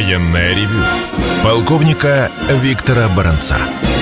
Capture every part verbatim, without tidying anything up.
Военное ревю полковника Виктора Баранца.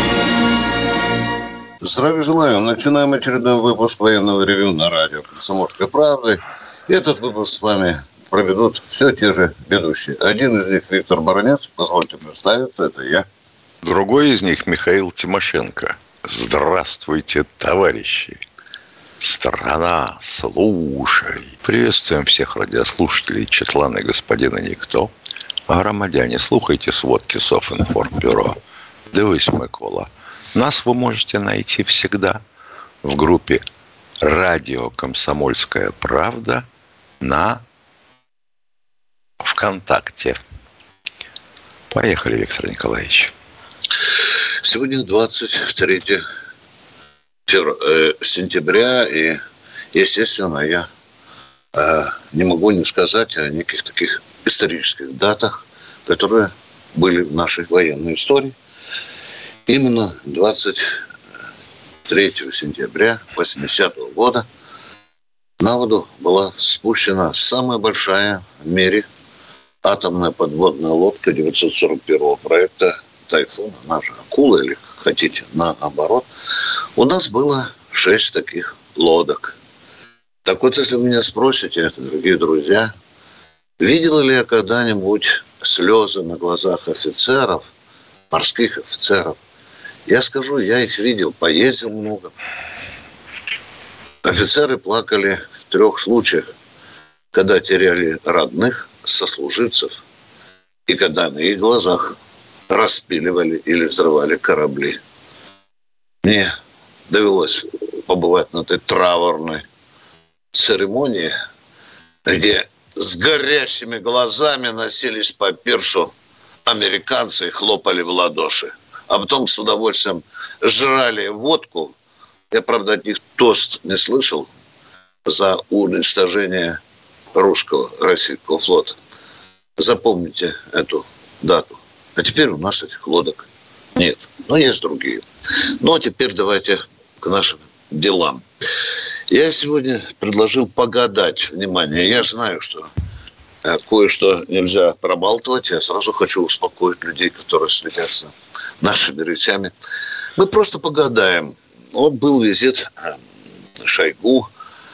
Здравия желаю. Начинаем очередной выпуск военного ревю на радио «Комсомольская правда». И этот выпуск с вами проведут все те же ведущие. Один из них Виктор Баранец. Позвольте представиться, это я. Другой из них Михаил Тимошенко. Здравствуйте, товарищи. Страна, слушай. Приветствуем всех радиослушателей Четлана господина Никто. Громадяне, слухайте сводки Софинформбюро. Дивись, Микола. Нас вы можете найти всегда в группе «Радио Комсомольская правда» на ВКонтакте. Поехали, Виктор Николаевич. Сегодня двадцать третьего сентября, и, естественно, я э, не могу не сказать о неких таких исторических датах, которые были в нашей военной истории. Именно двадцать третьего сентября восьмидесятого года на воду была спущена самая большая в мире атомная подводная лодка девятьсот сорок первого проекта «Тайфун», она же «Акула», или, как хотите, наоборот. У нас было шесть таких лодок. Так вот, если вы меня спросите, дорогие друзья, видел ли я когда-нибудь слезы на глазах офицеров, морских офицеров, я скажу, я их видел, поездил много. Офицеры плакали в трех случаях. Когда теряли родных, сослуживцев, и когда на их глазах распиливали или взрывали корабли. Мне довелось побывать на этой траурной церемонии, где с горящими глазами носились по пирсу американцы и хлопали в ладоши. А потом с удовольствием жрали водку. Я, правда, от них тост не слышал за уничтожение русского, российского флота. Запомните эту дату. А теперь у нас этих лодок нет. Но есть другие. Ну, а теперь давайте к нашим делам. Я сегодня предложил погадать. Внимание, я знаю, что кое-что нельзя пробалтывать. Я сразу хочу успокоить людей, которые следят за нашими речами. Мы просто погадаем. Вот был визит Шойгу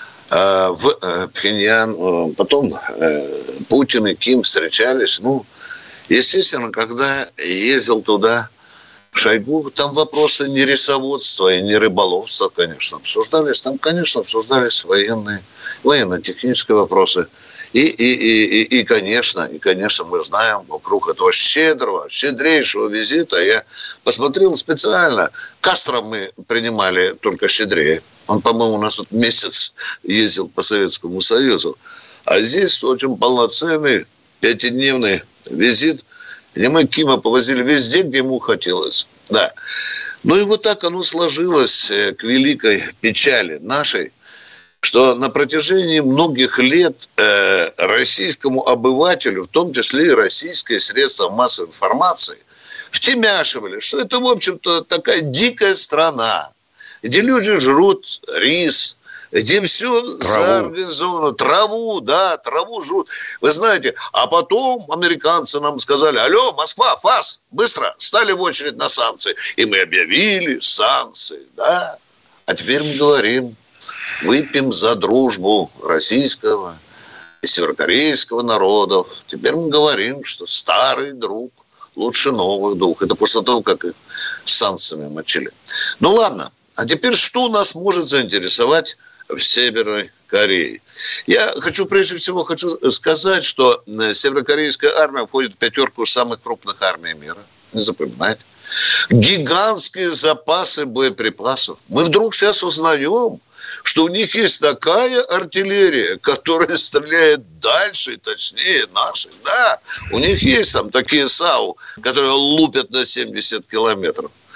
в Пхеньян. Потом Путин и Ким встречались. Ну, естественно, когда ездил туда Шойгу, там вопросы не рисоводства и не рыболовства, конечно, обсуждались. Там, конечно, обсуждались военные, военно-технические вопросы. И, и, и, и, и, конечно, и, конечно, мы знаем вокруг этого щедрого, щедрейшего визита. Я посмотрел специально. Кастро мы принимали только щедрее. Он, по-моему, у нас тут месяц ездил по Советскому Союзу. А здесь очень полноценный пятидневный визит. И мы Кима повозили везде, где ему хотелось. Да. Ну и вот так оно сложилось к великой печали нашей, что на протяжении многих лет э, российскому обывателю, в том числе и российские средства массовой информации, втемяшивали, что это, в общем-то, такая дикая страна, где люди жрут рис, где все заорганизовано, траву, да, траву жрут. Вы знаете, а потом американцы нам сказали: алло, Москва, ФАС, быстро, стали в очередь на санкции. И мы объявили санкции, да. А теперь мы говорим: выпьем за дружбу российского и северокорейского народов. Теперь мы говорим, что старый друг лучше новых друг. Это после того, как их санкциями мочили. Ну ладно, а теперь что у нас может заинтересовать в Северной Корее? Я хочу, прежде всего, хочу сказать, что северокорейская армия входит в пятерку самых крупных армий мира. Не запоминайте. Гигантские запасы боеприпасов. Мы вдруг сейчас узнаем, что у них есть такая артиллерия, которая стреляет дальше и точнее наших. Да, у них есть там такие САУ, которые лупят на семьдесят километров.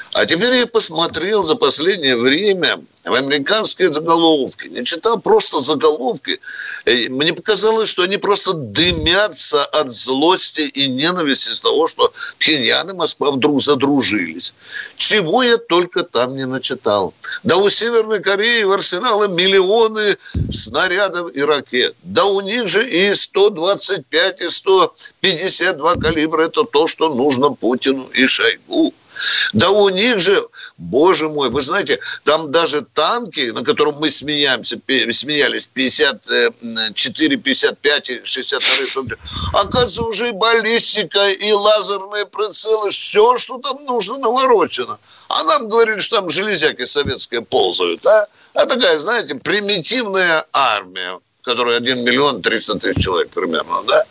А теперь я посмотрел за последнее время в американские заголовки. Не читал просто заголовки. Мне показалось, что они просто дымятся от злости и ненависти из того, что Пхеньян и Москва вдруг задружились. Чего я только там не начитал. Да у Северной Кореи в арсенале миллионы снарядов и ракет. Да у них же и сто двадцать пять, и сто пятьдесят два калибра. Это то, что нужно Путину и Шойгу. Да у них же, боже мой, вы знаете, там даже танки, на котором мы смеемся, смеялись, пятьдесят четыре, пятьдесят пять и шестьдесят два, оказывается, уже и баллистика, и лазерные прицелы, все, что там нужно, наворочено. А нам говорили, что там железяки советские ползают, а? А такая, знаете, примитивная армия, которая один миллион триста тысяч человек примерно, да?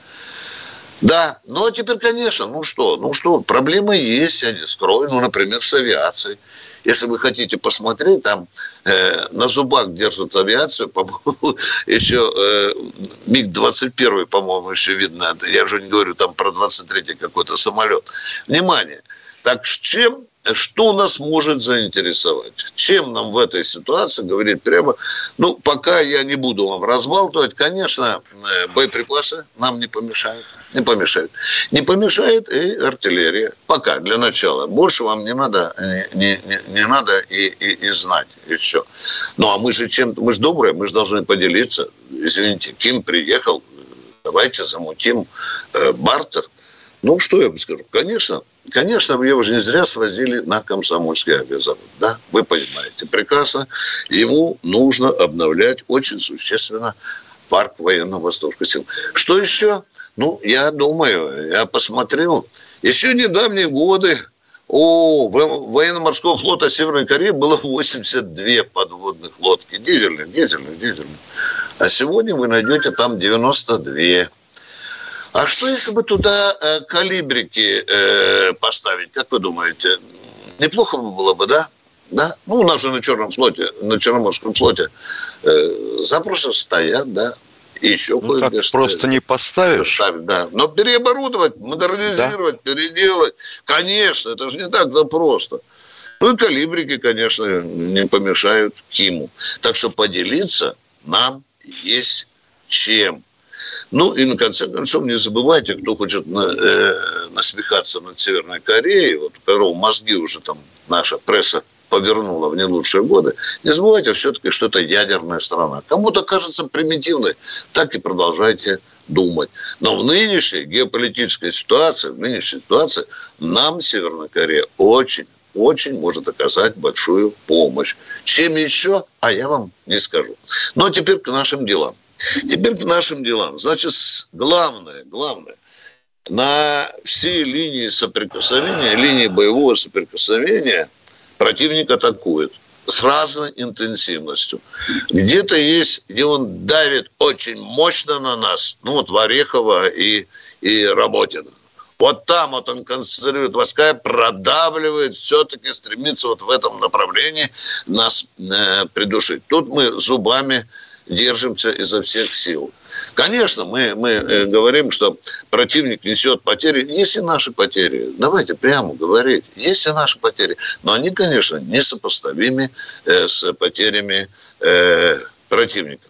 Да, ну а теперь, конечно, ну что, ну что, проблемы есть, я не скрою, ну, например, с авиацией. Если вы хотите посмотреть, там э, на зубах держат авиацию, по-моему, еще э, миг двадцать один, по-моему, еще видно, я уже не говорю там про двадцать третий какой-то самолет. Внимание, так с чем, что нас может заинтересовать? Чем нам в этой ситуации говорить прямо? Ну, пока я не буду вам разбалтывать, конечно, боеприпасы нам не помешают. Не помешает. Не помешает и артиллерия. Пока, для начала. Больше вам не надо, не, не, не надо и, и, и знать. И все. Ну, а мы же чем-то, мы же добрые, мы же должны поделиться. Извините, Ким приехал, давайте замутим э, бартер. Ну, что я бы скажу? Конечно, конечно, его же не зря свозили на Комсомольский авиазавод. Да? Вы понимаете прекрасно. Ему нужно обновлять очень существенно парк военно-воздушных сил. Что еще? Ну, я думаю, я посмотрел. Еще недавние годы у военно-морского флота Северной Кореи было восемьдесят две подводных лодки. Дизельных, дизельных, дизельных. А сегодня вы найдете там девяносто две. А что, если бы туда э, калибрики э, поставить? Как вы думаете? Неплохо бы было бы, да? Да? Ну, у нас же на Черном флоте, на Черноморском флоте э, запросто стоят, да. И еще ну, так просто не поставишь. Поставить, да. Но переоборудовать, модернизировать, да? Переделать. Конечно, это же не так-то просто. Ну и калибрики, конечно, не помешают Киму. Так что поделиться нам есть чем. Ну и, на конце концов, не забывайте, кто хочет на, э, насмехаться над Северной Кореей, вот у которого мозги уже там наша пресса повернула в не лучшие годы, не забывайте все-таки, что это ядерная страна. Кому-то кажется примитивной, так и продолжайте думать. Но в нынешней геополитической ситуации, в нынешней ситуации нам Северная Корея очень, очень может оказать большую помощь. Чем еще? А я вам не скажу. Ну, а теперь к нашим делам. Теперь к нашим делам. Значит, главное, главное, на всей линии соприкосновения, линии боевого соприкосновения противник атакует с разной интенсивностью. Где-то есть, где он давит очень мощно на нас, ну вот в Орехово и, и Работино. Вот там вот он концентрирует войска, продавливает, все-таки стремится вот в этом направлении нас э, придушить. Тут мы зубами держимся изо всех сил. Конечно, мы, мы говорим, что противник несет потери. Есть и наши потери. Давайте прямо говорить. Есть и наши потери. Но они, конечно, несопоставимы э, с потерями э, противника.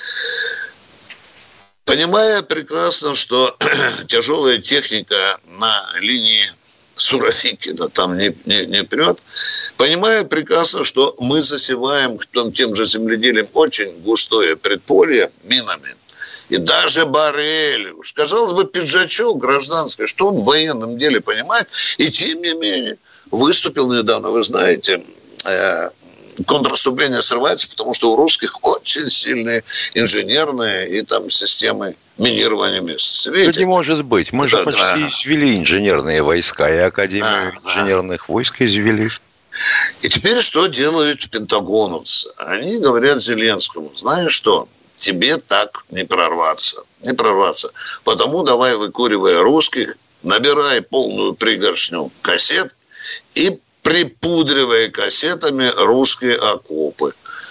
Понимая прекрасно, что тяжелая техника на линии Суровикина там не, не, не прет, понимая прекрасно, что мы засеваем тем же земледелием очень густое предполье минами. И даже Боррель, уж, казалось бы, пиджачок гражданский, что он в военном деле понимает, и тем не менее выступил недавно, вы знаете, э, контрнаступление срывается, потому что у русских очень сильные инженерные и там системы минирования мест. Это не может быть. Мы да, же почти да. извели инженерные войска, и Академию да, инженерных да. войск извели. И теперь что делают пентагоновцы? Они говорят Зеленскому, знаешь что, тебе так не прорваться. Не прорваться. Потому давай, выкуривая русских, набирай полную пригоршню кассет и припудривая кассетами русские окопы.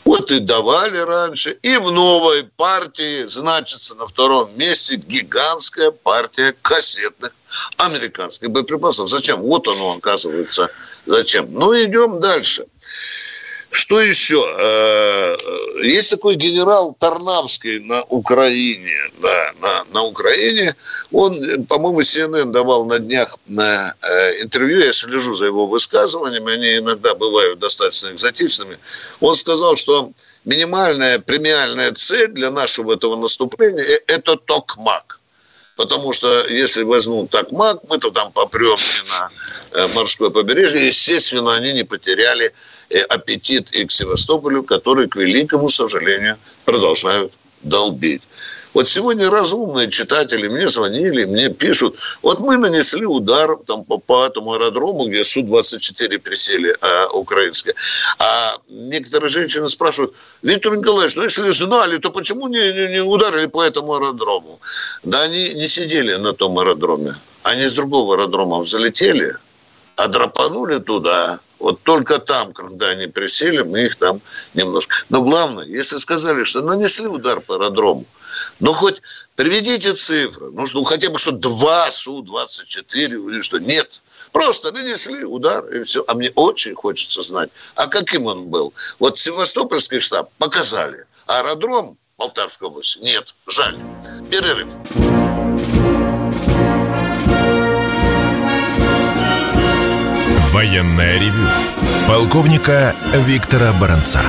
Вот и давали раньше. И в новой партии значится на втором месте гигантская партия кассетных американских боеприпасов. Зачем? Вот оно, оказывается, зачем. Ну, идем дальше. Что еще? Есть такой генерал Тарнавский на Украине. Да, на, на Украине. Он, по-моему, си эн эн давал на днях на интервью. Я слежу за его высказываниями. Они иногда бывают достаточно экзотичными. Он сказал, что минимальная премиальная цель для нашего этого наступления – это токмак. Потому что если возьмут токмак, мы-то там попрем на морское побережье. Естественно, они не потеряли аппетит и к Севастополю, который, к великому сожалению, продолжают долбить. Вот сегодня разумные читатели мне звонили, мне пишут, вот мы нанесли удар там, по, по этому аэродрому, где Су двадцать четыре присели, а, украинские. А некоторые женщины спрашивают, Виктор Николаевич, ну если знали, то почему не, не, не ударили по этому аэродрому? Да они не сидели на том аэродроме, они с другого аэродрома взлетели, а драпанули туда. Вот только там, когда они присели, мы их там немножко... Но главное, если сказали, что нанесли удар по аэродрому, ну хоть приведите цифры. Ну, что, хотя бы что два Су двадцать четыре или что. Нет. Просто нанесли удар и все. А мне очень хочется знать, а каким он был. Вот Севастопольский штаб показали. А аэродром Полтавской области нет. Жаль. Перерыв. Военное ревю полковника Виктора Баранца.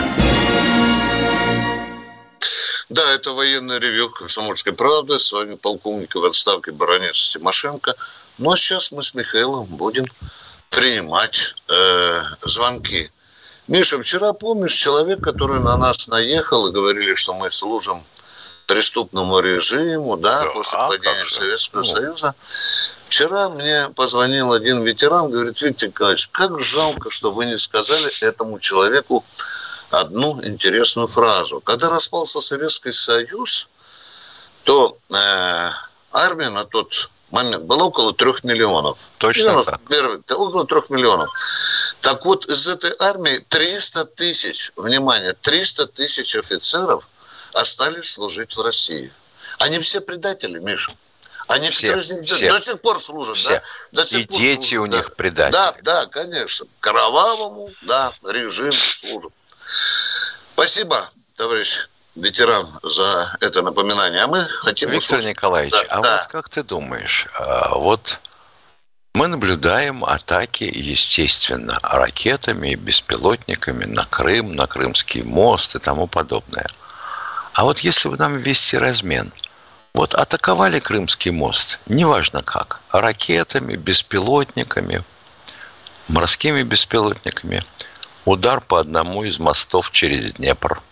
Да, это военное ревю «Комсомольской правды». С вами полковник в отставке баронец Тимошенко. Ну, а сейчас мы с Михаилом будем принимать э, звонки. Миша, вчера, помнишь, человек, который на нас наехал и говорили, что мы служим преступному режиму, да, да после падения Советского ну. Союза. Вчера мне позвонил один ветеран, говорит, Виктор Николаевич, как жалко, что вы не сказали этому человеку одну интересную фразу. Когда распался Советский Союз, то э, армия на тот момент была около трех миллионов. Точно так. Первый, около трех миллионов. Так вот, из этой армии триста тысяч, внимание, триста тысяч офицеров остались служить в России. Они все предатели, Миша. Они все, все. все. До сих пор служат, все. да? До сих И пор дети служат, у да. них предатели. Да, да, конечно. Кровавому, да, режиму служат. Спасибо, товарищ ветеран, за это напоминание. А мы хотим... Виктор услышать... Николаевич, да, а да. вот как ты думаешь, вот мы наблюдаем атаки, естественно, ракетами, беспилотниками на Крым, на Крымский мост и тому подобное. А вот если бы нам ввести размен... Вот атаковали Крымский мост, неважно как, ракетами, беспилотниками, морскими беспилотниками, удар по одному из мостов через Днепр.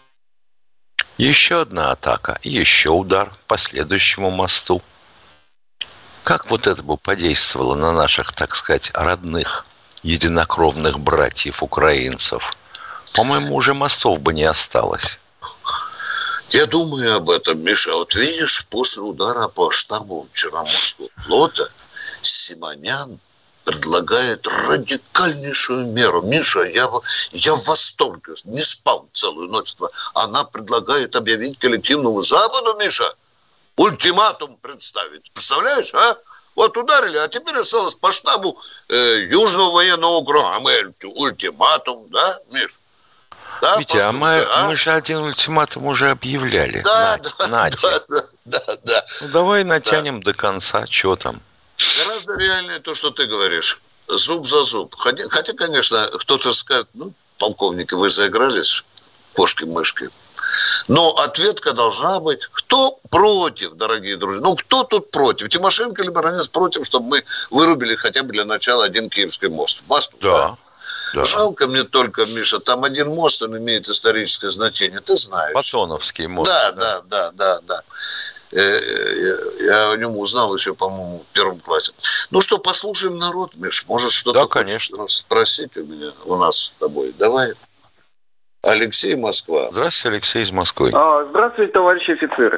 Еще одна атака, еще удар по следующему мосту. Как вот это бы подействовало на наших, так сказать, родных, единокровных братьев украинцев? По-моему, уже мостов бы не осталось. Я думаю об этом, Миша. Вот видишь, после удара по штабу Черноморского флота Симонян предлагает радикальнейшую меру. Миша, я, я в восторге. Не спал целую ночь. Она предлагает объявить коллективному Западу, Миша, ультиматум представить. Представляешь, а? Вот ударили, а теперь осталось по штабу э, Южного военного округа. А мы ультиматум, да, Миш? Да, Витя, а мы, а? мы же один ультиматум уже объявляли. Да, Надь, да, Надь. да, да, да, да. Ну, давай натянем да. до конца, что там. Гораздо реальнее то, что ты говоришь. Зуб за зуб. Хотя, хотя конечно, кто-то скажет, ну, полковники, вы заигрались кошки-мышки. Но ответка должна быть, кто против, дорогие друзья? Ну, кто тут против? Тимошенко или Баранец против, чтобы мы вырубили хотя бы для начала один Киевский мост? Мост, да. да. Да. Жалко мне только, Миша, там один мост, он имеет историческое значение, ты знаешь. Патоновский мост. Да, да, да, да, да. да. Я, я о нем узнал еще, по-моему, в первом классе. Ну что, послушаем народ, Миш, может что-то да, конечно. спросить у меня, у нас с тобой. Давай. Алексей, Москва. Здравствуйте, Алексей из Москвы. А, здравствуйте, товарищи офицеры.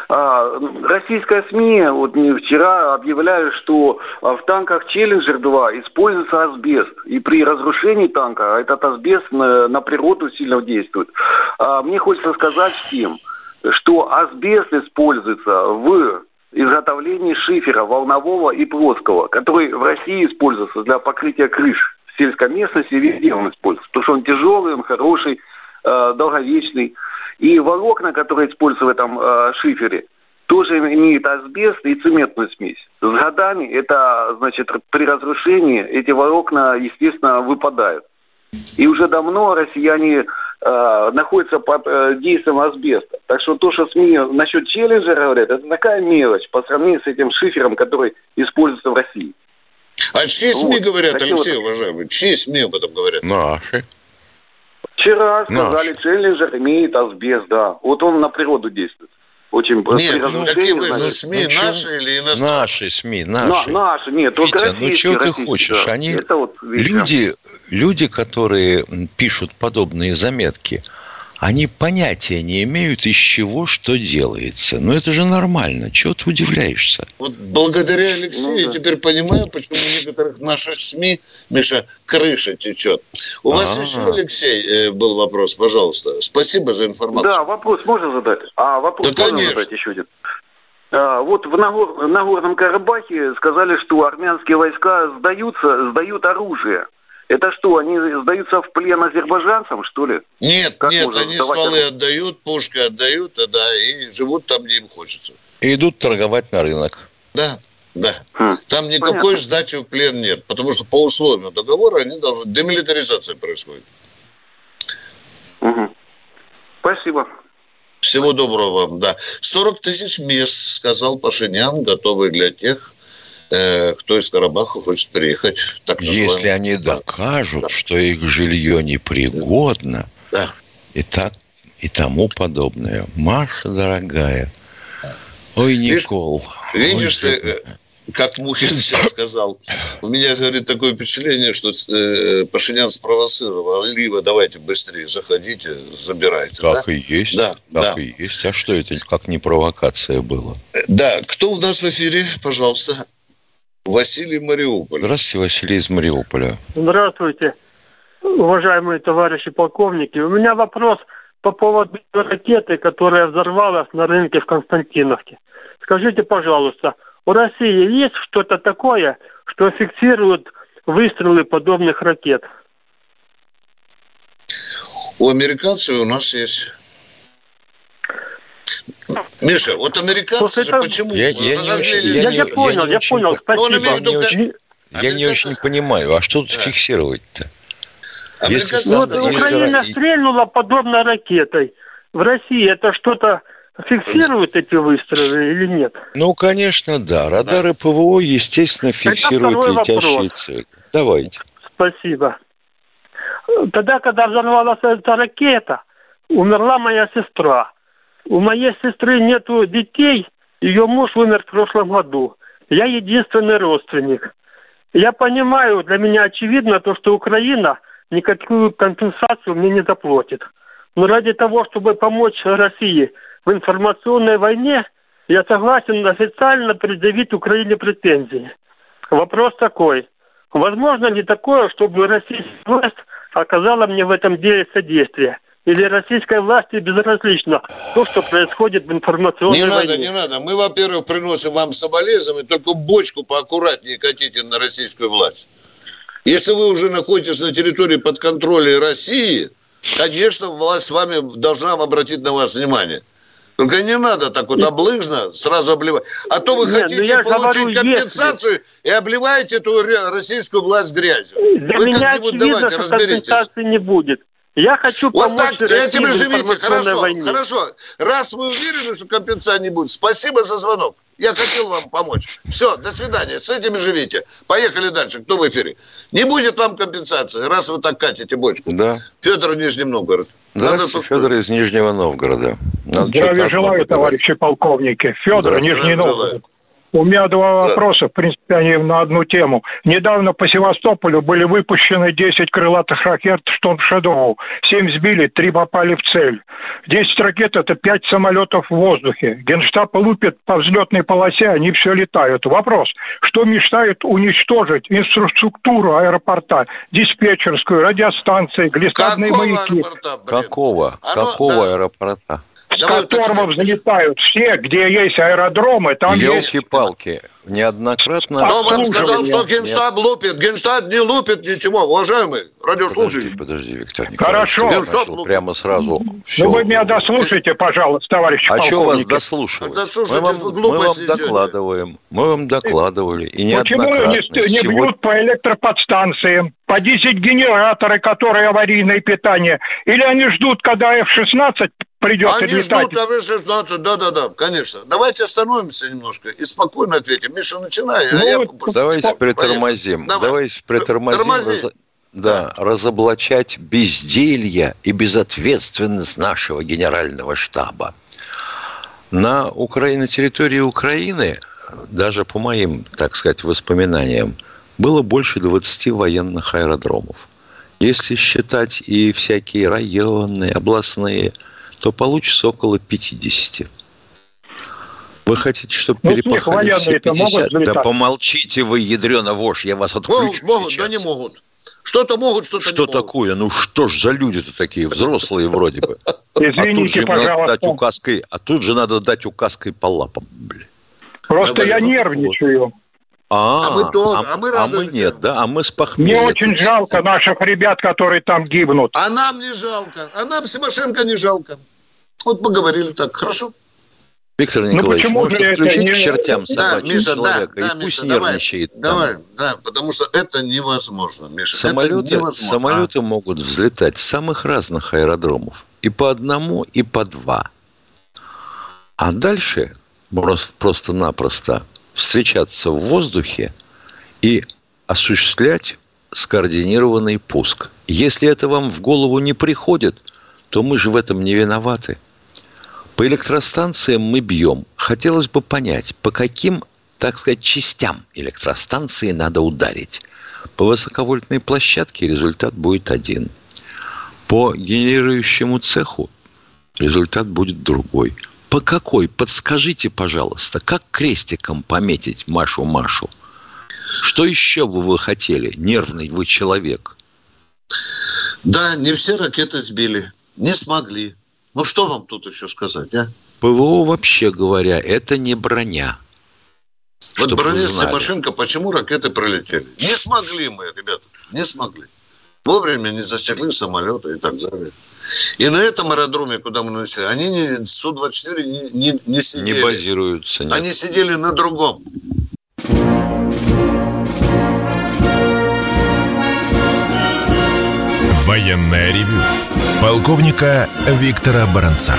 А, российская СМИ вот вчера объявляют, что в танках «Челленджер два» используется асбест. И при разрушении танка этот асбест на, на природу сильно действует. А, мне хочется сказать всем, что асбест используется в изготовлении шифера волнового и плоского, который в России используется для покрытия крыш. В сельской местности везде он используется, потому что он тяжелый, он хороший, э, долговечный. И волокна, которые используются в этом э, шифере, тоже имеют асбест и цементную смесь. С годами это, значит, при разрушении эти волокна, естественно, выпадают. И уже давно россияне э, находятся под э, действием асбеста. Так что то, что СМИ насчет «Челленджера» говорят, это такая мелочь по сравнению с этим шифером, который используется в России. А чьи СМИ вот говорят, такие Алексей, вот... уважаемый? Чьи СМИ об этом говорят? Наши. Вчера сказали, Наши. «Челленджер» имеет асбест, да. Вот он на природу действует. Очень Нет, ну какие вы же СМИ, ну, наши или иностранные? Наши СМИ, наши. На, наши, нет, только Витя, российские. ну чего ты российские, хочешь? да. Они, вот люди, люди, которые пишут подобные заметки, они понятия не имеют, из чего что делается. Но это же нормально. Чего ты удивляешься? Вот благодаря Алексею ну, да. я теперь понимаю, почему у некоторых наших СМИ, Миша, крыша течет. У вас А-а-а. еще, Алексей, был вопрос, пожалуйста. Спасибо за информацию. Да, вопрос можно задать? А, вопрос да, можно конечно. задать еще один? А, вот в Нагор... Нагорном Карабахе сказали, что армянские войска сдаются, сдают оружие. Это что, они сдаются в плен азербайджанцам, что ли? Нет, как нет, они стволы оружие? отдают, пушки отдают, да, и живут там, где им хочется. И идут торговать на рынок. Да, да. Хм. Там никакой Понятно. сдачи в плен нет, потому что по условиям договора они должны... Демилитаризация происходит. Угу. Спасибо. Всего доброго вам, да. сорок тысяч мест, сказал Пашинян, готовые для тех, кто из Карабаха хочет переехать. Так Если они докажут, да. что их жилье непригодно, да. и так, и тому подобное. Маша, дорогая. Ой, Никол. Видишь, ой, ты, как Мухин сейчас сказал, у меня, говорит, такое впечатление, что э, Пашинян спровоцировал. Либо давайте быстрее заходите, забирайте. Так да? и есть. Да, так да. и есть. А что это, как не провокация была? Да, кто у нас в эфире, пожалуйста? Василий, Мариуполь. Здравствуйте, Василий из Мариуполя. Здравствуйте, уважаемые товарищи полковники. У меня вопрос по поводу ракеты, которая взорвалась на рынке в Константиновке. Скажите, пожалуйста, у России есть что-то такое, что фиксирует выстрелы подобных ракет? У американцев у нас есть... Миша, вот американцы же это... почему? Я, я, разозлили... я, я, я понял, я, я понял, спасибо. Он имеет в виду, я, не, я не очень понимаю, а что тут да. фиксировать-то? Если вот если... Украина стрельнула подобно ракетой. В России это что-то фиксирует эти выстрелы или нет? Ну, конечно, да. Радары да. ПВО, естественно, фиксируют летящие цели. Давайте. Спасибо. Тогда, когда взорвалась эта ракета, умерла моя сестра. У моей сестры нету детей, ее муж умер в прошлом году. Я единственный родственник. Я понимаю, для меня очевидно то, что Украина никакую компенсацию мне не заплатит. Но ради того, чтобы помочь России в информационной войне, я согласен официально предъявить Украине претензии. Вопрос такой. Возможно ли такое, чтобы российская власть оказала мне в этом деле содействие? Или российской власти безразлично то, что происходит в информационной не войне? Не надо, не надо. Мы, во-первых, приносим вам соболезнования, только бочку поаккуратнее катите на российскую власть. Если вы уже находитесь на территории под контролем России, конечно, власть с вами должна обратить на вас внимание. Только не надо так вот облыжно сразу обливать. А то вы Нет, хотите получить говорю, компенсацию если... и обливаете эту российскую власть грязью. Для вы меня очевидно, что компенсации не будет. Я хочу вот помочь так, России тебе живите, хорошо, войне. Хорошо. Раз вы уверены, что компенсации не будет, спасибо за звонок. Я хотел вам помочь. Все, до свидания, с этим живите. Поехали дальше, кто в эфире? Не будет вам компенсации, раз вы так катите бочку. Да. Федор, Нижний Новгород. Здравствуйте, Федор из Нижнего Новгорода. Надо Здравия желаю, товарищи полковники. Федор, Нижний Новгород. У меня два вопроса, в принципе, они на одну тему. Недавно по Севастополю были выпущены десять крылатых ракет «Шторм Шэдоу». семь сбили, три попали в цель. десять ракет – это пять самолетов в воздухе. Генштаб лупит по взлетной полосе, они все летают. Вопрос, что мешает уничтожить инфраструктуру аэропорта, диспетчерскую, радиостанции, глиссадные маяки? Какого? Оно, Какого да. аэропорта? С Давай которого уточним. Взлетают все, где есть аэродромы, там есть... Елки-палки, неоднократно... Кто вам сказал, что Генштаб Нет. лупит? Генштаб не лупит ничего, уважаемые радиослушатели. Подожди, подожди, Виктор Николаевич. Хорошо. Генштаб лупит. Прямо сразу... Все. Ну вы меня дослушайте, пожалуйста, товарищ а полковник. А что вас дослушивать? Мы вам, мы вам докладываем, мы вам докладывали, и неоднократно. Почему не, не Сегодня... бьют по электроподстанциям, по дизель-генераторы, которые аварийное питание? Или они ждут, когда эф шестнадцать придется Они летать? ждут эф шестнадцать, да-да-да, конечно. Давайте остановимся немножко и спокойно ответим. Миша, начинай, ну, а я... Давайте притормозим. Давай. Давайте притормозим. Раз... Да, разоблачать безделье и безответственность нашего генерального штаба. На Украине, на территории Украины, даже по моим, так сказать, воспоминаниям, было больше двадцати военных аэродромов. Если считать и всякие районные, областные, то получится около пятидесяти. Вы хотите, чтобы ну, перепахали все пятьдесят? Да помолчите вы, ядрёна вошь, я вас отключу. Могут, могут, да не могут. Что-то могут, что-то что не могут. Что такое? Ну что ж за люди-то такие, взрослые вроде бы. Извините, а пожалуйста. Дать указкой, а тут же надо дать указкой по лапам. Блин. Просто я нервничаю. А, а мы тоже, а, а мы а мы нет, да, а мы с похмелья. Мне очень жалко наших ребят, которые там гибнут. А нам не жалко, а нам Тимошенко не жалко. Вот поговорили так, хорошо? Виктор Николаевич, ну, может отключить не... к чертям собачьего да, Миша, человека, да, и да, пусть Миша, нервничает. Давай, давай, да, потому что это невозможно, Миша. Самолеты, это невозможно. самолеты могут взлетать с самых разных аэродромов. И по одному, и по два. А дальше просто-напросто встречаться в воздухе и осуществлять скоординированный пуск. Если это вам в голову не приходит, то мы же в этом не виноваты. По электростанциям мы бьем. Хотелось бы понять, по каким, так сказать, частям электростанции надо ударить. По высоковольтной площадке результат будет один. По генерирующему цеху результат будет другой. По какой? Подскажите, пожалуйста, как крестиком пометить Машу-Машу? Что еще бы вы хотели? Нервный вы человек. Да, не все ракеты сбили. Не смогли. Ну, что вам тут еще сказать, а? ПВО, вообще говоря, это не броня. Вот броня Тимошенко, почему ракеты пролетели? Не смогли мы, ребята, не смогли. Вовремя не засекли самолеты и так далее. И на этом аэродроме, куда мы нанесли, они не, Су двадцать четыре не, не, не сидели. Не базируются. Нет. Они сидели на другом. Военное ревю полковника Виктора Баранца.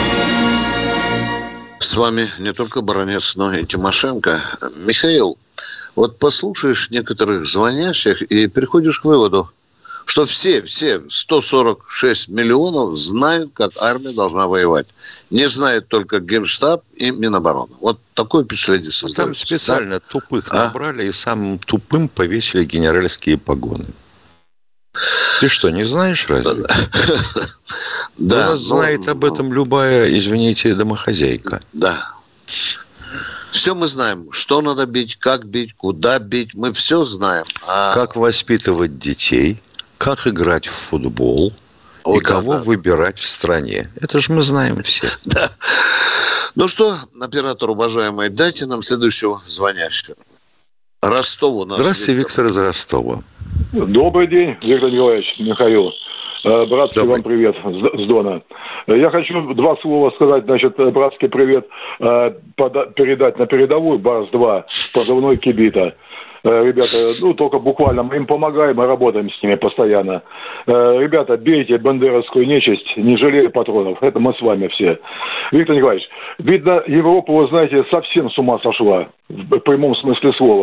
С вами не только Баранец, но и Тимошенко. Михаил, вот послушаешь некоторых звонящих и приходишь к выводу, что все, все сто сорок шесть миллионов знают, как армия должна воевать. Не знает только Генштаб и Минобороны. Вот такое впечатление создается. Там специально да? тупых а? набрали и самым тупым повесили генеральские погоны. Ты что, не знаешь разве? Да. У нас знает об этом любая, извините, домохозяйка. Да. Все мы знаем, что надо бить, как бить, куда бить. Мы все знаем. А... Как воспитывать детей, как играть в футбол О, и да, кого да. выбирать в стране. Это же мы знаем все. Да. Ну что, оператор, уважаемый, дайте нам следующего звонящего. Ростов у нас. Здравствуйте, Виктор из Ростова. Добрый день, Виктор Николаевич, Михаил. Братский Добрый. Вам привет с Дона. Я хочу два слова сказать, значит, братский привет передать на передовую БАРС-два, позывной Кибита. Ребята, ну, только буквально мы им помогаем, мы работаем с ними постоянно. Ребята, бейте бандеровскую нечисть, не жалея патронов. Это мы с вами все. Виктор Николаевич, видно, Европа, вы знаете, совсем с ума сошла. В прямом смысле слова.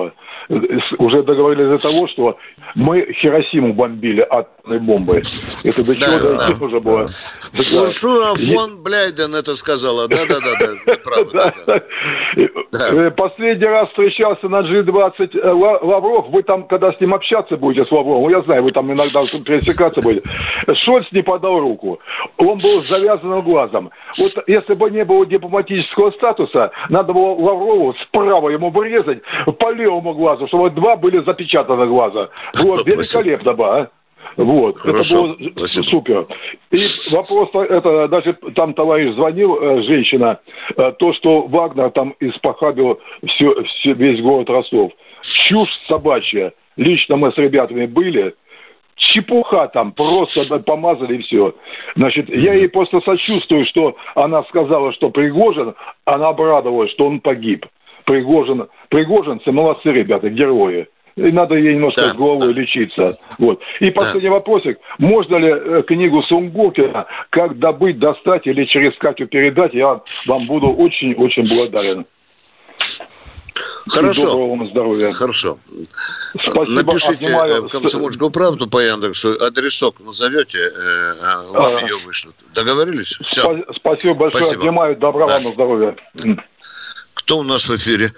уже договорились до того, что мы Хиросиму бомбили атомной бомбой. Это до чего да, дойти да, уже было. Да. Урсула фон Бляйден это сказала. Да-да-да. Последний раз встречался на джи двадцать Лавров. Вы там, когда с ним общаться будете, с Лавровым, я знаю, вы там иногда пересекаться будете. Шольц не подал руку. Он был с завязанным глазом. Вот если бы не было дипломатического статуса, надо было Лаврову справа ему вырезать по левому глазу, чтобы два были запечатаны глаза. Вот, великолепно бы, а? Вот, хорошо. Это было спасибо. Супер. И вопрос, это даже там товарищ звонил, женщина, то, что Вагнер там испохабил все, все, весь город Ростов. Чушь собачья. Лично мы с ребятами были. Чепуха там, просто помазали и все. Значит, я ей просто сочувствую, что она сказала, что Пригожин, она обрадовалась, что он погиб. Пригожин, пригожинцы, молодцы ребята, герои. И надо ей немножко да, с головой да. лечиться. Вот. И последний да. вопросик. Можно ли книгу Сунгуркина «Как добыть, достать» или через Катю передать? Я вам буду очень-очень благодарен. Хорошо. Доброго вам здоровья. Хорошо. Спасибо. Напишите Обнимаю. «Комсомольскую правду» по Яндексу. Адресок назовете, вам а, ее вышлют. Договорились? Все. Спасибо большое. Спасибо. Обнимаю. Добра да. вам здоровья. Кто у нас в эфире?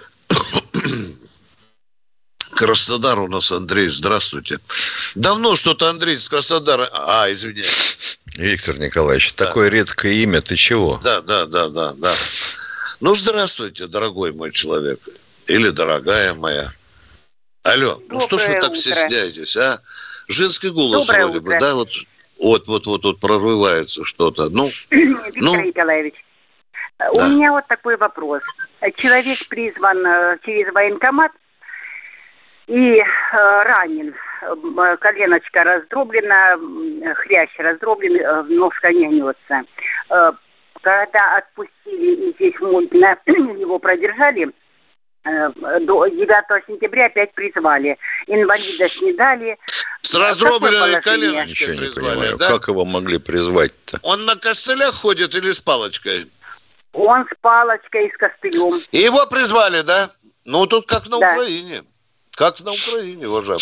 Краснодар у нас Андрей. Здравствуйте. Давно что-то Андрей из Краснодара. А, извиняюсь. Виктор Николаевич, да. такое редкое имя. Ты чего? Да, да, да, да, да. Ну, здравствуйте, дорогой мой человек. Или дорогая моя. Алло, доброе ну что ж вы так утро. Стесняетесь, а? Женский голос доброе вроде утро. Бы, да? Вот, вот, вот, вот, вот прорывается что-то. Ну, Виктор ну... Николаевич, да. у меня вот такой вопрос. Человек призван через военкомат и э, ранен. Коленочка раздроблена, хрящ раздроблен, э, ножка не гнется. Э, когда отпустили и здесь мутно его продержали, э, до девятого сентября опять призвали. Инвалида снедали. С раздробленной коленочкой призвали, да? Как его могли призвать-то? Он на костылях ходит или с палочкой? Он с палочкой и с костылем. И его призвали, да? Ну, тут как на да. Украине. Как на Украине, уважаемый.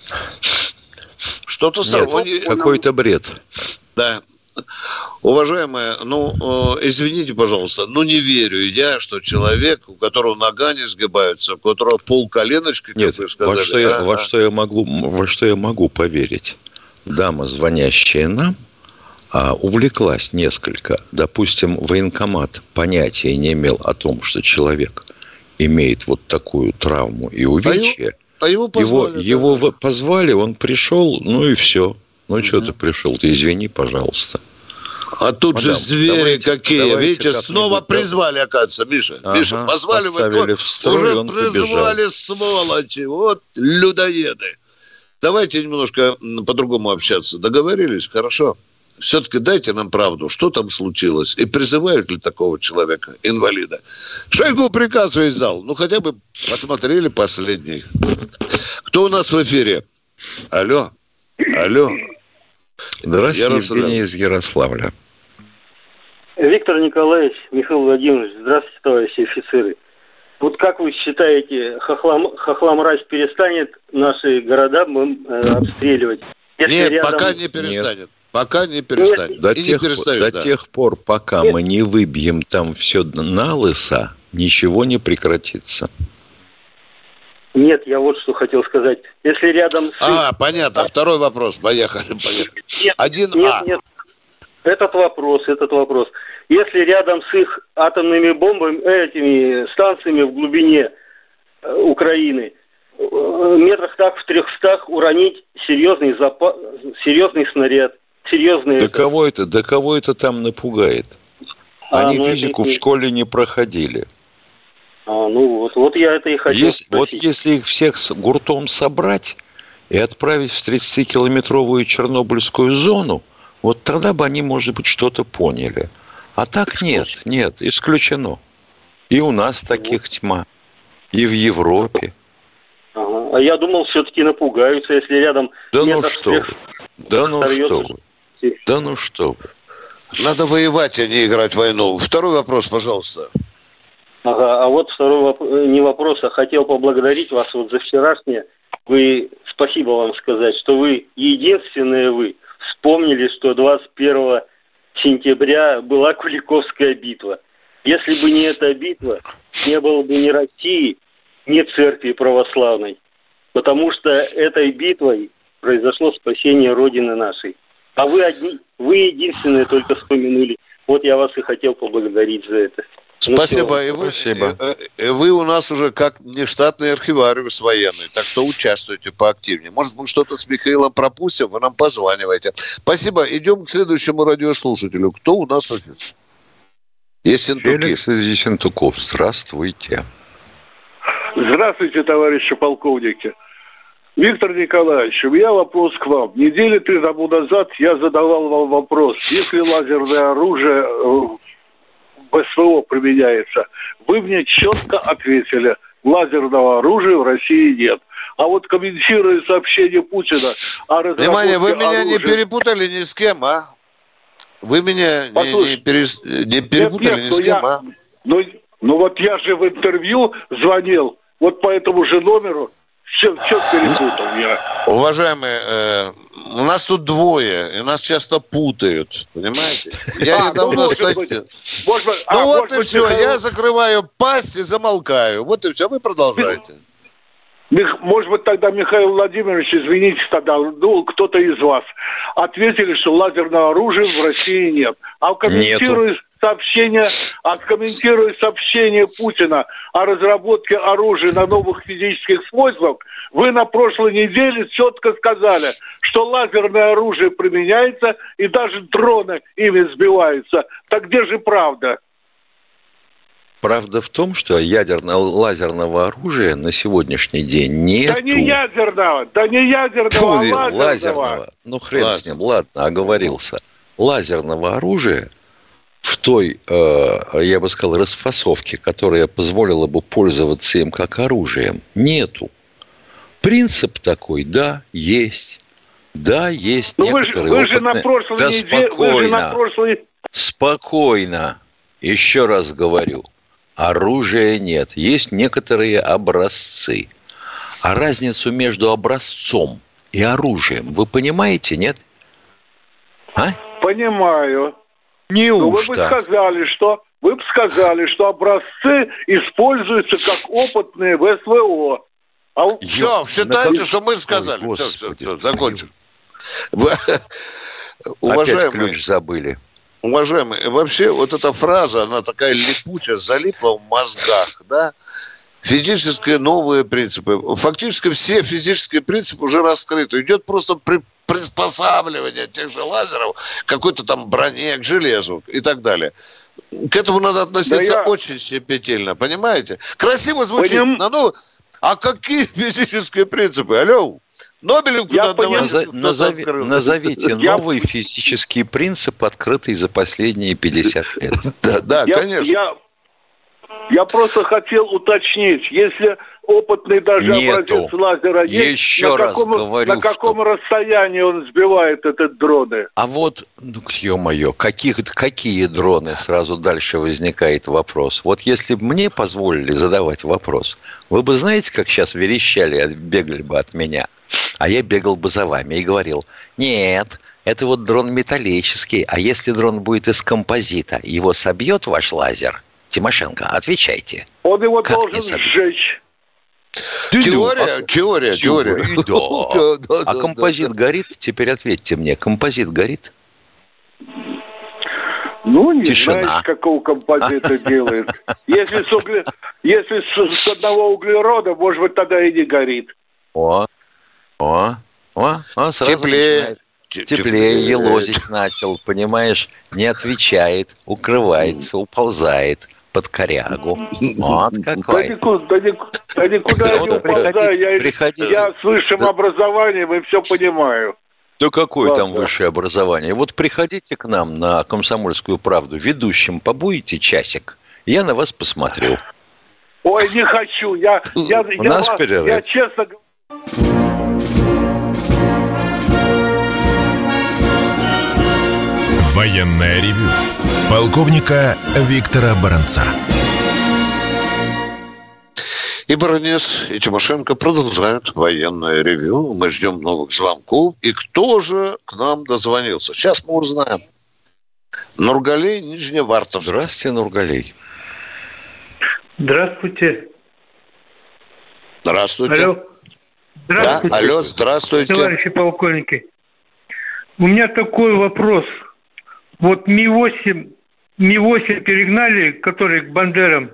Что-то странное. Нет, какой-то бред. Да. Уважаемые, ну, э, извините, пожалуйста, но не верю я, что человек, у которого нога не сгибается, у которого пол коленочки, нет, как вы сказали. Во что, а, я, а. во, что я могу, во что я могу поверить? Дама, звонящая нам, а, увлеклась несколько. Допустим, военкомат понятия не имел о том, что человек имеет вот такую травму и увечье. А его, а его позвали. Его, да. его позвали, он пришел, ну и все. Ну, угу. что ты пришел? Ты извини, пожалуйста. А тут Мадам, же звери давайте, какие. Давайте видите, снова призвали, оказывается, Миша. Ага, Миша, позвали в строй, уже призвали, побежал. Сволочи. Вот людоеды. Давайте немножко по-другому общаться. Договорились? Хорошо. Все-таки дайте нам правду, что там случилось, и призывают ли такого человека, инвалида. Шойгу приказ издал, ну хотя бы посмотрели последний. Кто у нас в эфире? Алло, алло. Здравствуйте, Ярослав. Евгений из Ярославля. Виктор Николаевич, Михаил Владимирович, здравствуйте, товарищи офицеры. Вот как вы считаете, хохлам, хохлам-мразь перестанет наши города э, обстреливать? Если Нет, рядом... пока не перестанет. Нет. Пока не перестанет. До, тех, не до да. тех пор, пока Нет. мы не выбьем там все на лысо, ничего не прекратится. Нет, я вот что хотел сказать. Если рядом... С... А, понятно. Второй вопрос. Поехали. поехали. Нет, Один нет, А. Нет. Этот вопрос, этот вопрос. Если рядом с их атомными бомбами, этими станциями в глубине Украины, метрах так в трехстах уронить серьезный запас, серьезный снаряд. Серьезные. Да кого это, да кого это там напугает? Они а, ну физику это... в школе не проходили. А, ну вот, вот я это и хотел Есть, вот если их всех с гуртом собрать и отправить в тридцатикилометровую Чернобыльскую зону, вот тогда бы они, может быть, что-то поняли. А так нет, нет, исключено. И у нас таких тьма, и в Европе. Ага. А я думал, все-таки напугаются, если рядом... Да ну что вы, да ну что вы. Да ну что вы. Надо воевать, а не играть в войну. Второй вопрос, пожалуйста. Ага, а вот второй вопрос, не вопрос, а хотел поблагодарить вас вот за вчерашнее. Вы, спасибо вам сказать, что вы единственные вы вспомнили, что двадцать первого сентября была Куликовская битва. Если бы не эта битва, не было бы ни России, ни церкви православной. Потому что этой битвой произошло спасение Родины нашей. А вы одни, вы единственные только вспомянули. Вот я вас и хотел поблагодарить за это. Спасибо. Ну, и вы, спасибо. И, и вы у нас уже как нештатный архивариус военный, так что участвуйте поактивнее. Может, мы что-то с Михаилом пропустим, вы нам позваниваете. Спасибо. Идем к следующему радиослушателю. Кто у нас? Есть Сентуков. Феликс из Ессентуков. Здравствуйте. Здравствуйте, товарищи полковники. Виктор Николаевич, у меня вопрос к вам. Недели три тому назад я задавал вам вопрос. Если лазерное оружие в СВО применяется, вы мне четко ответили, лазерного оружия в России нет. А вот комментируя сообщение Путина о разработке Внимание, вы меня оружия... не перепутали ни с кем, а? Вы меня не, не, перес... не перепутали нет, нет, ни с кем, я... а? Ну, ну вот я же в интервью звонил, вот по этому же номеру. Все, все перепутал я. Уважаемые, э, у нас тут двое, и нас часто путают, понимаете? Я а, недавно... ну, может стать... быть, может быть, ну а, вот может и быть, все, Михаил... я закрываю пасть и замолкаю. Вот и все, вы продолжаете. Может быть, тогда, Михаил Владимирович, извините тогда, ну, кто-то из вас, ответили, что лазерного оружия в России нет. А комментируя сообщение, а комментируя сообщение Путина о разработке оружия на новых физических свойствах, вы на прошлой неделе четко сказали, что лазерное оружие применяется и даже дроны ими сбиваются. Так где же правда? Правда в том, что ядерного лазерного оружия на сегодняшний день нету. Да не ядерного, да не ядерного, Фу, а лазерного. лазерного. Ну, хрен ладно. с ним, ладно, оговорился. Лазерного оружия в той, э, я бы сказал, расфасовке, которая позволила бы пользоваться им как оружием, нету. Принцип такой, да, есть. Да, есть ну, некоторые вы же, вы опытные... же на прошлой да неделе... спокойно, вы же на прошлой... спокойно. Еще раз говорю. Оружия нет. Есть некоторые образцы. А разницу между образцом и оружием вы понимаете, нет? А? Понимаю. Неужто? Но вы бы сказали, что вы бы сказали, что образцы используются как опытные в СВО. А... Все, считайте, что мы сказали. Ой, все, все, все, закончим. Опять ключ забыли. Уважаемые, вообще вот эта фраза, она такая липучая, залипла в мозгах, да? Физические новые принципы. Фактически все физические принципы уже раскрыты. Идет просто при, приспосабливание тех же лазеров к какой-то там броне, к железу и так далее. К этому надо относиться да я... очень щепетильно, понимаете? Красиво звучит, Поним... но ну, а какие физические принципы? Алло? Нобелевку надо давать. Назови, назовите я... новый физический принцип, открытый за последние пятьдесят лет. Да, да, я, конечно. Я, я просто хотел уточнить, если опытный даже Нету. образец лазера есть, Еще на раз каком, говорю, на каком что... расстоянии он сбивает этот дроны? А вот, ну, ё-моё, каких, какие дроны? Сразу дальше возникает вопрос. Вот если бы мне позволили задавать вопрос, вы бы знаете, как сейчас верещали, бегали бы от меня? А я бегал бы за вами и говорил, нет, это вот дрон металлический, а если дрон будет из композита, его собьет ваш лазер? Тимошенко, отвечайте. Он его как должен сжечь. Теория, теория, теория. Да. А композит горит? Теперь ответьте мне, композит горит? Ну, не знаешь, какого композита делает. Если с, угле... Если с одного углерода, может быть, тогда и не горит. О, о, о, о сразу теплее. Теплее, теплее елозить начал, понимаешь? Не отвечает, укрывается, уползает под корягу. Вот какой. Да никуда, да никуда, да никуда я не уползаю. Я, приходите. я с высшим да. образованием и все понимаю. Да какое Ладно. там высшее образование? Вот приходите к нам на «Комсомольскую правду», ведущим побудете часик, я на вас посмотрю. Ой, не хочу. Я, я, У я, нас вас, перерыв. я честно говорю. Военное ревю полковника Виктора Баранца. И Баранец, и Тимошенко продолжают военное ревью. Мы ждем новых звонков. И кто же к нам дозвонился? Сейчас мы узнаем. Нургалей, Нижневартовск. Здравствуйте, Нургалей. Здравствуйте. Здравствуйте. Алло. Здравствуйте. Да, алло, здравствуйте. Товарищи полковники. У меня такой вопрос. Вот Ми восемь, Ми восемь перегнали, который к Бандерам.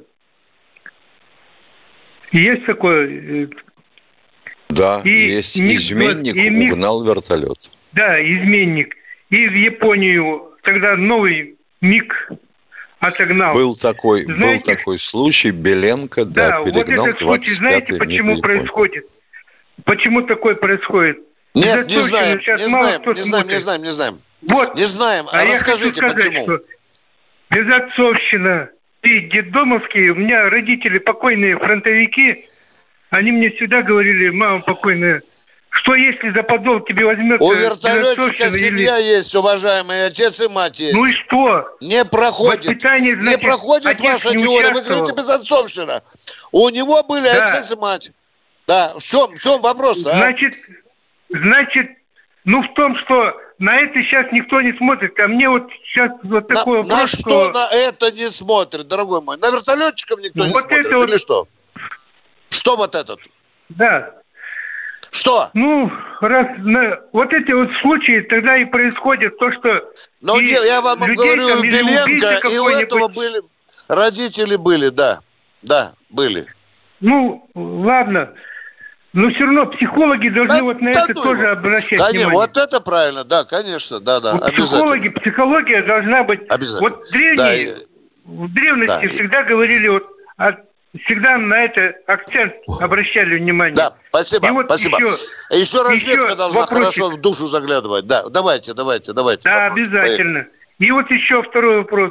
Есть такое? Да, и есть МиГ, изменник, и МиГ, угнал вертолет. Да, изменник. И в Японию тогда новый МиГ отогнал. Был такой, знаете, был такой случай, Беленко, да, да, перегнал вот этот случай, знаете, почему происходит? Почему такое происходит? Нет, не знаем, не знаем, не знаем, не знаем, не знаем. Вот. Не знаем, а, а расскажите, я хочу сказать, почему? Что безотцовщина и детдомовские, у меня родители покойные фронтовики, они мне всегда говорили, мама покойная, что если за подол тебе возьмет... У вертолетчика семья или... есть, уважаемый, отец и мать есть. Ну и что? Не проходит. Воспитание, значит, не проходит ваша не теория. Вы говорите, безотцовщина. У него были да. отец и мать. Да, в чем, в чем вопрос? Значит, а? значит, ну в том, что на это сейчас никто не смотрит. А мне вот сейчас вот такой на, вопрос, на что, что на это не смотрит, дорогой мой? На вертолетчиков никто вот не смотрит или вот... что? Что вот этот? Да. Что? Ну, раз на, вот эти вот случаи тогда и происходят то, что... Ну, и я вам говорю, там, Беленко, и у этого были... Родители были, да. Да, были. Ну, ладно. Но все равно психологи должны да, вот на да, это ну, тоже обращать конечно, внимание. Вот это правильно, да, конечно, да, да, вот обязательно. Психологи, психология должна быть... Обязательно. Вот древние, да, в древности да, всегда и... говорили, вот, всегда на это акцент обращали внимание. Да, спасибо, вот спасибо. Еще, еще разведка еще должна вопросик. Хорошо в душу заглядывать. Да, давайте, давайте, давайте. Да, вопрос. Обязательно. Поехали. И вот еще второй вопрос.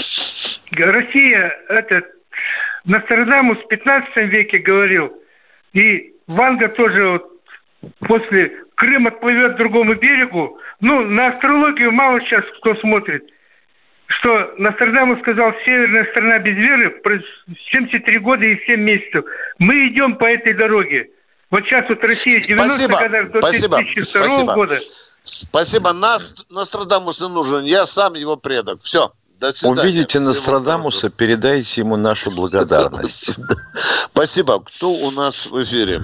Россия, этот, Нострадамус в пятнадцатом веке говорил, и Ванга тоже вот после Крым отплывет к другому берегу. Ну, на астрологию мало сейчас кто смотрит. Что Нострадамус сказал, северная страна без веры, семьдесят три года и семь месяцев. Мы идем по этой дороге. Вот сейчас вот Россия девяностых годах до две тысячи второго года. Спасибо. Нас Нострадамус и нужен. Я сам его предок. Все. Увидите Нострадамуса, передайте ему нашу благодарность. Спасибо. Кто у нас в эфире?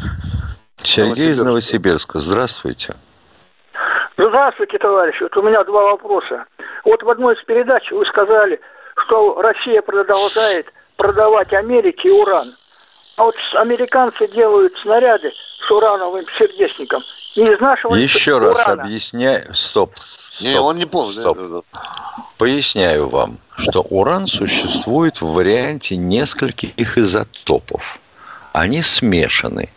Сергей из Новосибирска. Здравствуйте. Здравствуйте, товарищи. Вот у меня два вопроса. Вот в одной из передач вы сказали, что Россия продолжает продавать Америке уран. А вот американцы делают снаряды с урановым сердечником. Не из нашего Еще раз урана. Объясняю. Стоп. Не, Стоп. Он не помнит. Стоп. Поясняю вам, что уран существует в варианте нескольких изотопов. Они смешаны.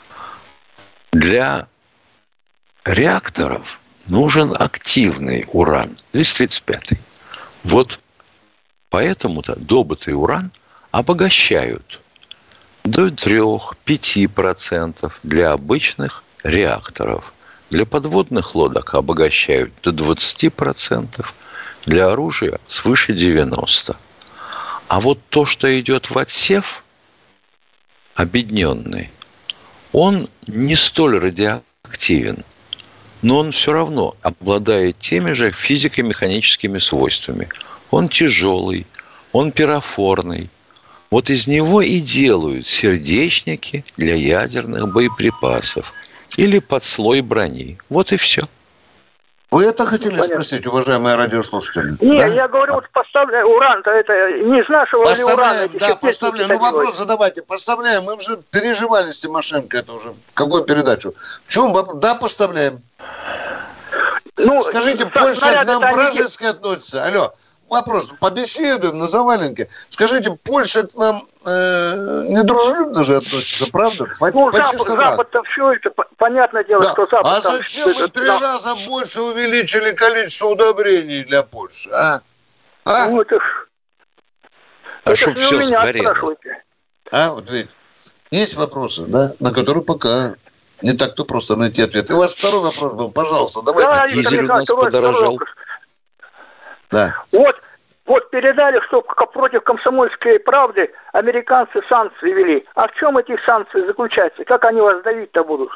Для реакторов нужен активный уран, двести тридцать пятый. Вот поэтому-то добытый уран обогащают до три-пять процентов для обычных реакторов. Для подводных лодок обогащают до двадцать процентов, для оружия свыше девяносто процентов. А вот то, что идет в отсев, обедненный, он не столь радиоактивен, но он все равно обладает теми же физико-механическими свойствами. Он тяжелый, он пирофорный. Вот из него и делают сердечники для ядерных боеприпасов или под слой брони. Вот и все. Вы это хотели Понятно. Спросить, уважаемые радиослушатели? Нет, да? Я говорю, вот поставляем уран-то это не из нашего поставляем, ли урана? Да, поставляем. Ну, вопрос задавайте. Поставляем. Мы уже переживали с Тимошенко это уже. Какую передачу? В чем вопрос? Да, поставляем. Ну, скажите, Польша к нам вражески они... относится? Алло. Вопрос. Побеседуем на заваленке. Скажите, Польша к нам э, недружелюбно же относится, правда? Ну, Запад, Запад-то все это, понятное дело, да. Что Запад... А зачем мы три да. раза больше увеличили количество удобрений для Польши, а? а? Ну, это ж... А чтобы все сгорело. А, вот видите. Есть вопросы, да, на которые пока не так-то просто найти ответ. И у вас второй вопрос был, пожалуйста, давайте. Да, дизель у нас подорожал. Да. Вот, Вот передали, что против «Комсомольской правды» американцы санкции ввели. А в чем эти санкции заключаются? Как они вас давить-то будут?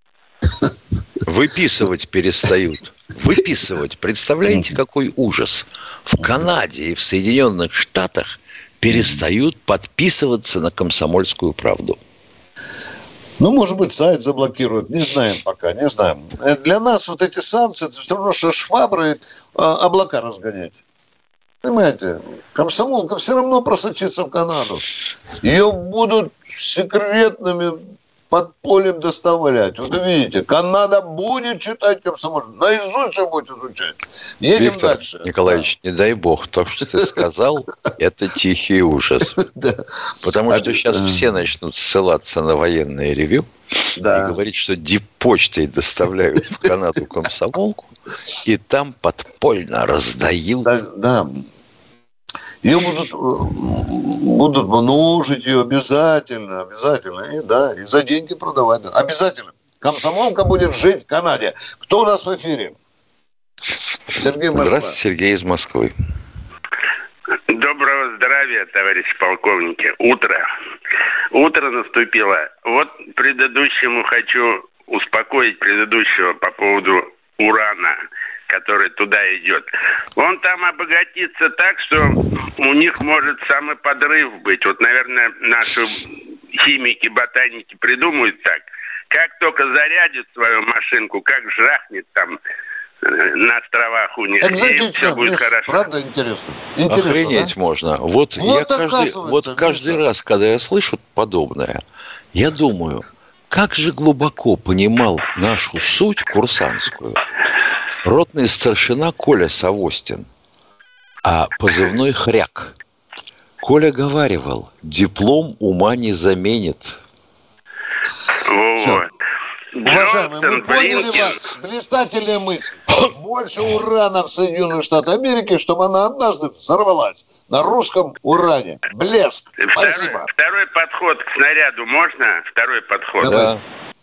Выписывать перестают. Выписывать. Представляете, какой ужас? В Канаде и в Соединенных Штатах перестают подписываться на «Комсомольскую правду». Ну, может быть, сайт заблокируют. Не знаем пока, не знаем. Для нас вот эти санкции, это все равно, что швабры облака разгонять. Понимаете, комсомолка все равно просочится в Канаду. Ее будут секретными подпольем доставлять. Вот видите, Канада будет читать комсомолку. Наизусть все будет изучать. Едем Виктор дальше. Николаевич, да. Не дай бог, то, что ты сказал, это тихий ужас. Потому что сейчас все начнут ссылаться на военное ревью и говорить, что диппочтой доставляют в Канаду комсомолку, и там подпольно раздают. Да. Ее будут, будут множить ее обязательно, обязательно, и, да, и за деньги продавать. Обязательно. Комсомолка будет жить в Канаде. Кто у нас в эфире? Сергей Москва. Здравствуйте, Сергей из Москвы. Доброго здравия, товарищи полковники. Утро. Утро наступило. Вот предыдущему хочу успокоить предыдущего по поводу урана, который туда идет. Он там обогатится так, что у них может самый подрыв быть. Вот, наверное, наши химики, ботаники придумают так. Как только зарядит свою машинку, как жахнет там на островах у них, и все будет Миш, хорошо. Правда интересно? интересно Охренеть да? можно. Вот, вот, я каждый, вот каждый раз, когда я слышу подобное, я думаю, как же глубоко понимал нашу суть курсантскую ротный старшина Коля Савостин, а позывной Хряк. Коля говаривал, диплом ума не заменит. Вот. Уважаемые, мы поняли вас. Блистательная мысль. Больше урана в Соединенных Штатах Америки, чтобы она однажды взорвалась на русском уране. Блеск. Спасибо. Второй, второй подход к снаряду можно? Второй подход. Да.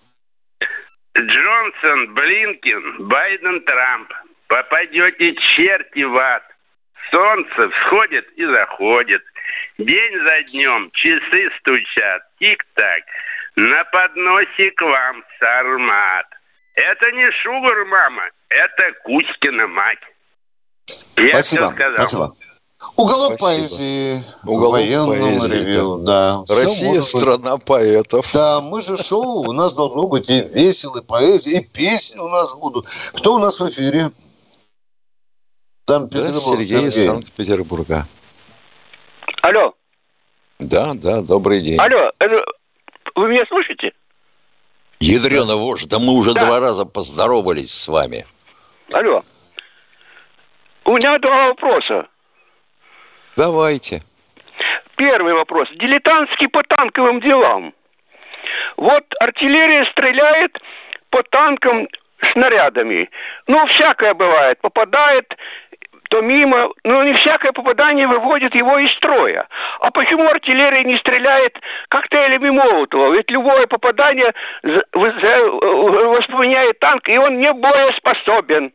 Джонсон, Блинкен, Байден, Трамп. Попадете черти в ад. Солнце всходит и заходит. День за днем часы стучат. Тик-так. На подносе к вам сармат. Это не Шугар, мама. Это Кузькина мать. Я спасибо, все сказал. Спасибо. Уголок спасибо. Поэзии. Уголок военного ревью. Да. Россия страна быть. Поэтов. Да, мы же шоу. У нас должно быть и весело, и поэзия, и песни у нас будут. Кто у нас в эфире? Санкт-Петербург. Да, Сергей из Санкт-Петербурга. Алло. Да, да, добрый день. Алло, это... Вы меня слышите? Ядрёна вождь, да мы уже да. два раза поздоровались с вами. Алло. У меня два вопроса. Давайте. Первый вопрос. Дилетантский по танковым делам. Вот артиллерия стреляет по танкам снарядами. Ну, всякое бывает. Попадает... то мимо, но не всякое попадание выводит его из строя. А почему артиллерия не стреляет коктейлями Молотова? Ведь любое попадание воспламеняет танк, и он не боеспособен.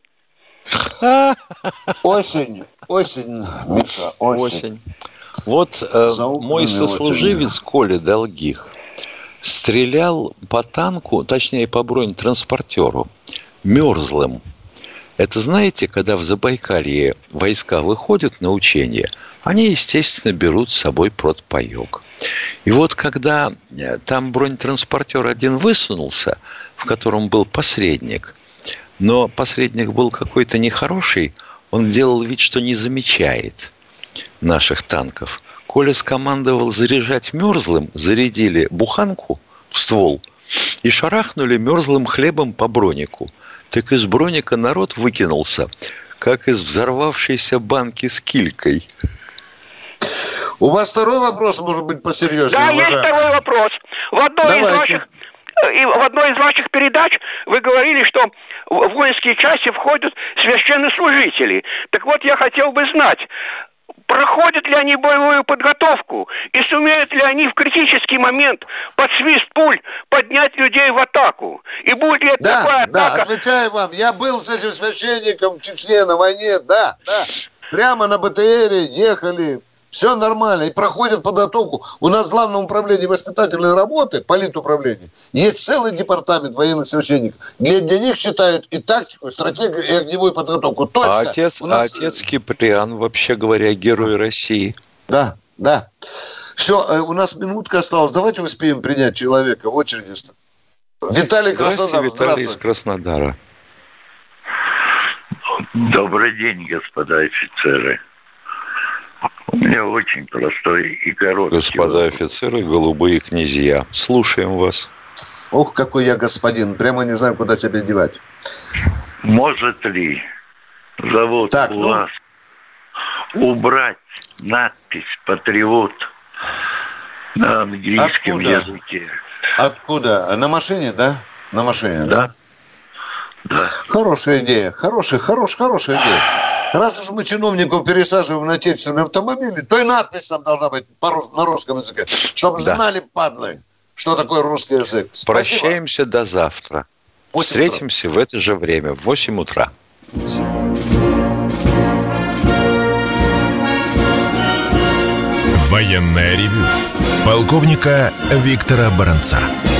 Осень, осень, Миша, осень. осень. Вот э, мой сослуживец Коля Долгих стрелял по танку, точнее по бронетранспортеру, мерзлым. Это, знаете, когда в Забайкалье войска выходят на учения, они, естественно, берут с собой протпоёк. И вот когда там бронетранспортер один высунулся, в котором был посредник, но посредник был какой-то нехороший, он делал вид, что не замечает наших танков. Коля скомандовал заряжать мерзлым, зарядили буханку в ствол и шарахнули мерзлым хлебом по бронику. Так из броника народ выкинулся, как из взорвавшейся банки с килькой. У вас второй вопрос, может быть, посерьезнее? Да, есть второй вопрос. В одной, из ваших, в одной из ваших передач вы говорили, что в воинские части входят священнослужители. Так вот, я хотел бы знать, проходят ли они боевую подготовку и сумеют ли они в критический момент под свист пуль поднять людей в атаку? И будет ли это да, такая да, атака? Да, отвечаю вам. Я был с этим священником в Чечне на войне, да, да. Прямо на БТРе ехали. Все нормально. И проходят подготовку. У нас в Главном управлении воспитательной работы, политуправления, есть целый департамент военных священников, где для них читают и тактику, и стратегию, и огневую подготовку. Точка. А отец, нас... а отец Киприан, вообще говоря, герой России. Да, да. Все, у нас минутка осталась. Давайте успеем принять человека в очереди. Виталий Краснодар. Виталий из Краснодара. Добрый день, господа офицеры. У меня очень простой и короткий Господа вопрос. Офицеры, голубые князья. Слушаем вас. Ох, какой я господин. Прямо не знаю, куда себя девать. Может ли завод так, у вас ну... убрать надпись «Патриот» на английском Откуда? языке? Откуда? На машине, да? На машине, да? Да. да. Хорошая идея. Хорошая, хорошая, хорошая идея. Раз уж мы чиновников пересаживаем на отечественные автомобили, то и надпись там должна быть на русском языке, чтобы да. знали, падлы, что такое русский язык. Спасибо. Прощаемся до завтра. Встретимся утра. В это же время, в восемь утра. Военное ревю полковника Виктора Баранца.